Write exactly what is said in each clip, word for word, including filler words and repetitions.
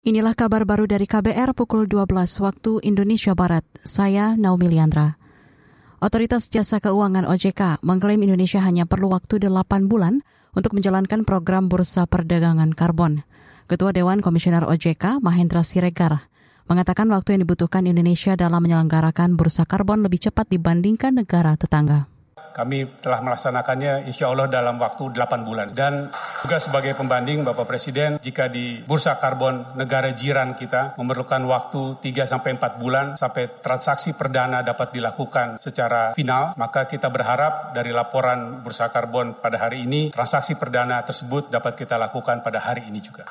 Inilah kabar baru dari K B R pukul dua belas waktu Indonesia Barat. Saya Naomi Liandra. Otoritas Jasa Keuangan O J K mengklaim Indonesia hanya perlu waktu delapan bulan untuk menjalankan program Bursa Perdagangan Karbon. Ketua Dewan Komisioner O J K, Mahendra Siregar, mengatakan waktu yang dibutuhkan Indonesia dalam menyelenggarakan Bursa Karbon lebih cepat dibandingkan negara tetangga. Kami telah melaksanakannya insya Allah dalam waktu delapan bulan. Dan juga sebagai pembanding Bapak Presiden, jika di Bursa Karbon negara jiran kita memerlukan waktu tiga sampai empat bulan sampai transaksi perdana dapat dilakukan secara final, maka kita berharap dari laporan Bursa Karbon pada hari ini, transaksi perdana tersebut dapat kita lakukan pada hari ini juga.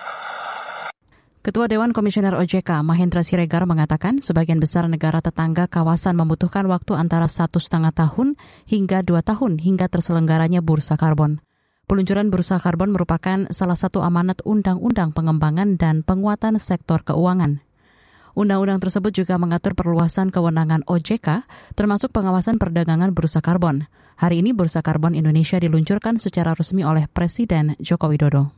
Ketua Dewan Komisioner O J K, Mahendra Siregar, mengatakan sebagian besar negara tetangga kawasan membutuhkan waktu antara satu setengah tahun hingga dua tahun hingga terselenggaranya Bursa Karbon. Peluncuran Bursa Karbon merupakan salah satu amanat Undang-Undang Pengembangan dan Penguatan Sektor Keuangan. Undang-undang tersebut juga mengatur perluasan kewenangan O J K, termasuk pengawasan perdagangan Bursa Karbon. Hari ini Bursa Karbon Indonesia diluncurkan secara resmi oleh Presiden Joko Widodo.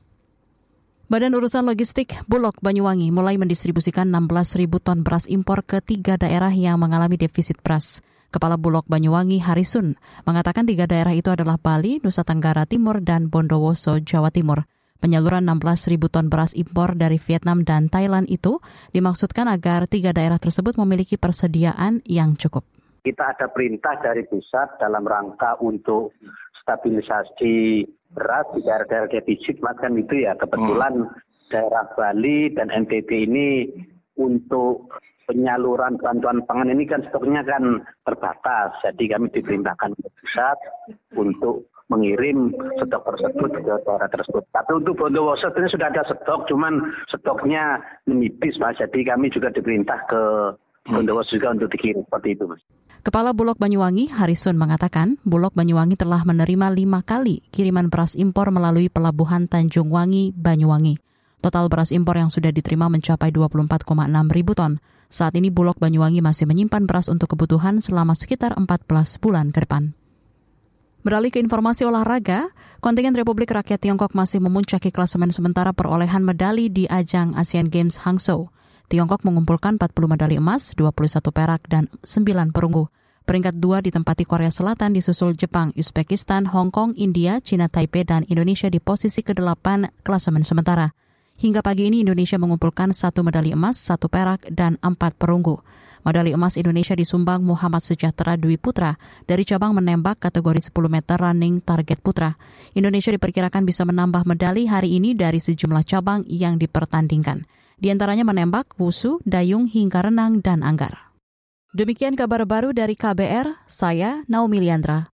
Badan Urusan Logistik Bulog Banyuwangi mulai mendistribusikan enam belas ribu ton beras impor ke tiga daerah yang mengalami defisit beras. Kepala Bulog Banyuwangi Harisun mengatakan tiga daerah itu adalah Bali, Nusa Tenggara Timur, dan Bondowoso, Jawa Timur. Penyaluran enam belas ribu ton beras impor dari Vietnam dan Thailand itu dimaksudkan agar tiga daerah tersebut memiliki persediaan yang cukup. Kita ada perintah dari pusat dalam rangka untuk stabilisasi beras di daerah-daerah defisit, mas kan itu ya. Kebetulan hmm. daerah Bali dan N T B ini untuk penyaluran bantuan pangan ini kan stoknya kan terbatas. Jadi kami diperintahkan ke pusat untuk mengirim stok tersebut ke daerah tersebut. Tapi untuk Bondowoso ini sudah ada stok, cuman stoknya menipis, mas. Jadi kami juga diperintah ke Bondowoso juga untuk dikirim seperti itu, mas. Kepala Bulog Banyuwangi, Harisun, mengatakan Bulog Banyuwangi telah menerima lima kali kiriman beras impor melalui Pelabuhan Tanjung Wangi, Banyuwangi. Total beras impor yang sudah diterima mencapai dua puluh empat koma enam ribu ton. Saat ini Bulog Banyuwangi masih menyimpan beras untuk kebutuhan selama sekitar empat belas bulan ke depan. Beralih ke informasi olahraga, kontingen Republik Rakyat Tiongkok masih memuncaki klasemen sementara perolehan medali di ajang Asian Games Hangzhou. Tiongkok mengumpulkan empat puluh medali emas, dua puluh satu perak, dan sembilan perunggu. Peringkat dua ditempati Korea Selatan, disusul Jepang, Uzbekistan, Hong Kong, India, China Taipei, dan Indonesia di posisi kedelapan klasemen sementara. Hingga pagi ini Indonesia mengumpulkan satu medali emas, satu perak, dan empat perunggu. Medali emas Indonesia disumbang Muhammad Sejahtera Dwi Putra dari cabang menembak kategori sepuluh meter running target putra. Indonesia diperkirakan bisa menambah medali hari ini dari sejumlah cabang yang dipertandingkan. Di antaranya menembak, wusu, dayung, hingga renang dan anggar. Demikian kabar baru dari K B R, saya Naomi Liandra.